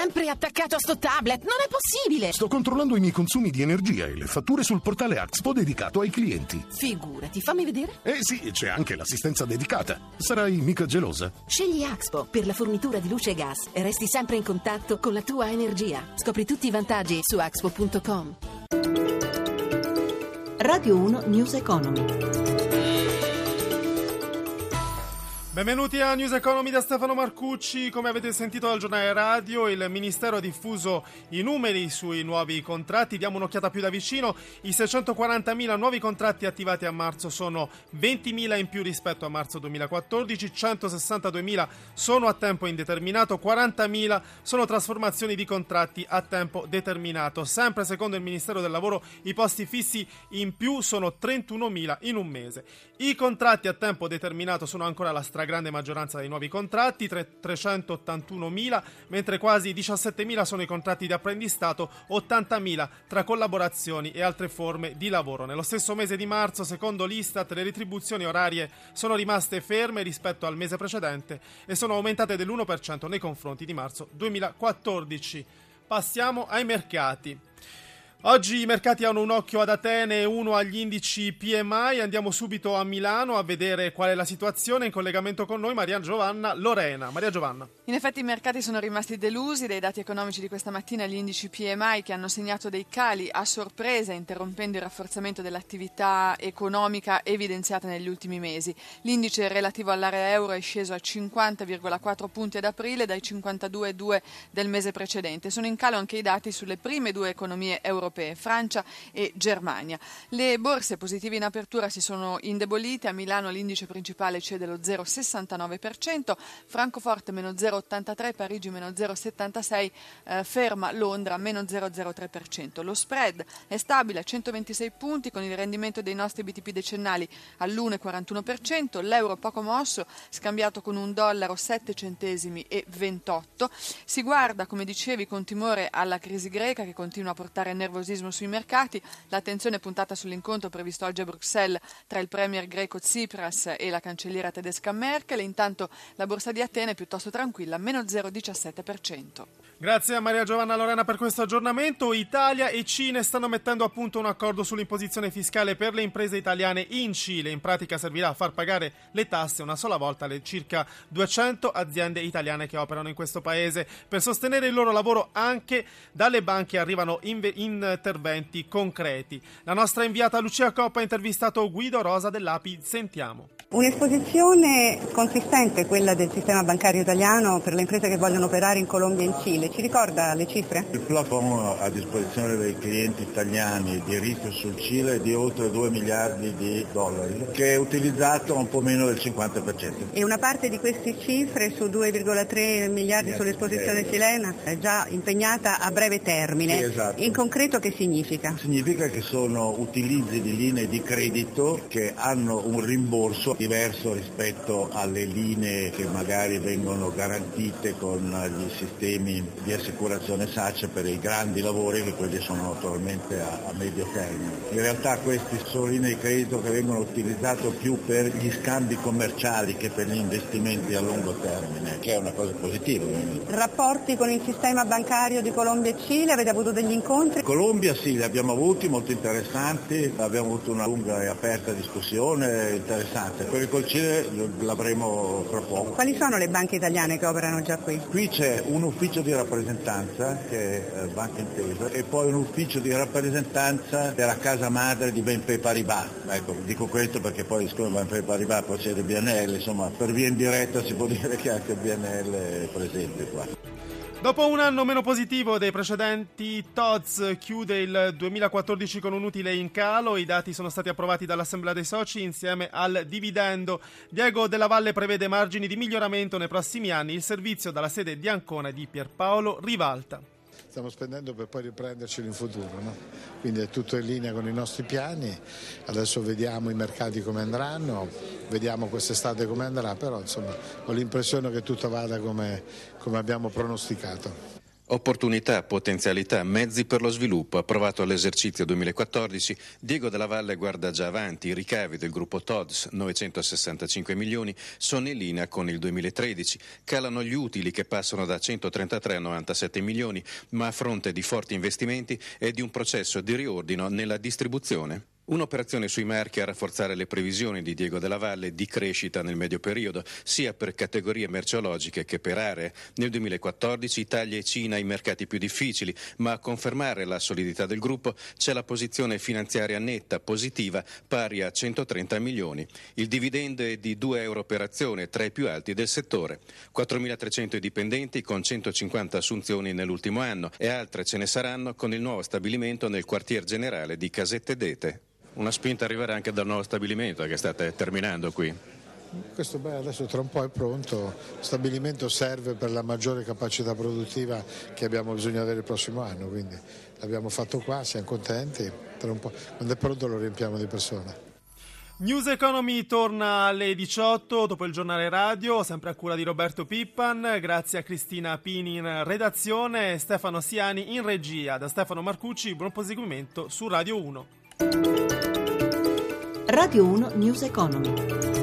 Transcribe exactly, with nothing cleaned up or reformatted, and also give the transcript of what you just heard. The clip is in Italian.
sempre attaccato a sto tablet, non è possibile! Sto controllando i miei consumi di energia e le fatture sul portale Axpo dedicato ai clienti. Figurati, fammi vedere. Eh sì, c'è anche l'assistenza dedicata. Sarai mica gelosa? Scegli Axpo per la fornitura di luce e gas e resti sempre in contatto con la tua energia. Scopri tutti i vantaggi su axpo punto com. Radio uno News Economy. Benvenuti a News Economy da Stefano Marcucci. Come avete sentito dal giornale radio, il Ministero ha diffuso i numeri sui nuovi contratti. Diamo un'occhiata più da vicino. I seicentoquarantamila nuovi contratti attivati a marzo sono ventimila in più rispetto a marzo duemilaquattordici, centosessantaduemila sono a tempo indeterminato, quarantamila sono trasformazioni di contratti a tempo determinato. Sempre secondo il Ministero del Lavoro, i posti fissi in più sono trentunomila in un mese. I contratti a tempo determinato sono ancora la stragrande maggioranza dei nuovi contratti, trecentottantunomila, mentre quasi diciassettemila sono i contratti di apprendistato, ottantamila tra collaborazioni e altre forme di lavoro. Nello stesso mese di marzo, secondo l'Istat, le retribuzioni orarie sono rimaste ferme rispetto al mese precedente e sono aumentate dell'uno per cento nei confronti di marzo duemilaquattordici. Passiamo ai mercati. Oggi i mercati hanno un occhio ad Atene e uno agli indici P M I. Andiamo subito a Milano a vedere qual è la situazione. In collegamento con noi Maria Giovanna Lorena. Maria Giovanna. In effetti i mercati sono rimasti delusi dai dati economici di questa mattina, gli indici P M I che hanno segnato dei cali a sorpresa, interrompendo il rafforzamento dell'attività economica evidenziata negli ultimi mesi. L'indice relativo all'area euro è sceso a cinquanta virgola quattro punti ad aprile dai cinquantadue virgola due del mese precedente. Sono in calo anche i dati sulle prime due economie europee, Francia e Germania. Le borse positive in apertura si sono indebolite. A Milano l'indice principale cede lo zero virgola sessantanove per cento, Francoforte meno zero virgola ottantatré, Parigi meno zero virgola settantasei, eh, ferma Londra meno zero virgola zero tre per cento. Lo spread è stabile a centoventisei punti con il rendimento dei nostri B T P decennali all'uno virgola quarantuno per cento, l'euro poco mosso, scambiato con un dollaro sette centesimi e ventotto. Si guarda, come dicevi, con timore alla crisi greca che continua a portare nervosismo sui mercati. L'attenzione è puntata sull'incontro previsto oggi a Bruxelles tra il premier greco Tsipras e la cancelliera tedesca Merkel. Intanto la borsa di Atene è piuttosto tranquilla, meno zero virgola diciassette per cento. Grazie a Maria Giovanna Lorena per questo aggiornamento. Italia e Cina stanno mettendo a punto un accordo sull'imposizione fiscale per le imprese italiane in Cile. In pratica servirà a far pagare le tasse una sola volta alle circa duecento aziende italiane che operano in questo paese. Per sostenere il loro lavoro anche dalle banche arrivano interventi concreti. La nostra inviata Lucia Coppa ha intervistato Guido Rosa dell'A P I. Sentiamo. Un'esposizione consistente, quella del sistema bancario italiano per le imprese che vogliono operare in Colombia e in Cile. Ci ricorda le cifre? Il plafond a disposizione dei clienti italiani di rischio sul Cile è di oltre due miliardi di dollari, che è utilizzato un po' meno del cinquanta per cento. E una parte di queste cifre su due virgola tre miliardi sull'esposizione cilena è già impegnata a breve termine. Sì, esatto. In concreto che significa? Significa che sono utilizzi di linee di credito che hanno un rimborso diverso rispetto alle linee che magari vengono garantite con gli sistemi di assicurazione S A C E per i grandi lavori, che quelli sono naturalmente a, a medio termine. In realtà questi sono linee di credito che vengono utilizzate più per gli scambi commerciali che per gli investimenti a lungo termine, che è una cosa positiva. Rapporti con il sistema bancario di Colombia e Cile, avete avuto degli incontri? Colombia sì, li abbiamo avuti, molto interessanti, abbiamo avuto una lunga e aperta discussione interessante. Quelli col Cile l'avremo fra poco. Quali sono le banche italiane che operano già qui? Qui c'è un ufficio di rappresentanza che è Banca Intesa e poi un ufficio di rappresentanza della casa madre di B N P Paribas. Ecco, dico questo perché poi siccome B N P Paribas possiede B N L, insomma per via indiretta si può dire che anche B N L è presente qua. Dopo un anno meno positivo dei precedenti, T O Z S chiude il duemilaquattordici con un utile in calo. I dati sono stati approvati dall'Assemblea dei Soci insieme al dividendo. Diego Della Valle prevede margini di miglioramento nei prossimi anni. Il servizio dalla sede di Ancona di Pierpaolo Rivalta. Stiamo spendendo per poi riprendercelo in futuro, no? Quindi è tutto in linea con i nostri piani. Adesso vediamo i mercati come andranno, vediamo quest'estate come andrà, però insomma ho l'impressione che tutto vada come, come abbiamo pronosticato. Opportunità, potenzialità, mezzi per lo sviluppo. Approvato all'esercizio duemilaquattordici, Diego Della Valle guarda già avanti. I ricavi del gruppo T O D S, novecentosessantacinque milioni, sono in linea con il duemilatredici. Calano gli utili che passano da centotrentatré a novantasette milioni, ma a fronte di forti investimenti e di un processo di riordino nella distribuzione. Un'operazione sui marchi a rafforzare le previsioni di Diego Della Valle di crescita nel medio periodo, sia per categorie merceologiche che per aree. Nel duemilaquattordici Italia e Cina i mercati più difficili, ma a confermare la solidità del gruppo c'è la posizione finanziaria netta positiva pari a centotrenta milioni. Il dividendo è di due euro per azione, tra i più alti del settore. quattromilatrecento dipendenti con centocinquanta assunzioni nell'ultimo anno e altre ce ne saranno con il nuovo stabilimento nel quartier generale di Casette d'Ete. Una spinta arriverà anche dal nuovo stabilimento che state terminando qui. Questo beh, adesso tra un po' è pronto, lo stabilimento serve per la maggiore capacità produttiva che abbiamo bisogno di avere il prossimo anno, quindi l'abbiamo fatto qua, siamo contenti, tra un po', quando è pronto lo riempiamo di persone. News Economy torna alle diciotto dopo il giornale radio, sempre a cura di Roberto Pippan, grazie a Cristina Pini in redazione e Stefano Siani in regia. Da Stefano Marcucci, buon proseguimento su Radio uno. Radio uno News Economy.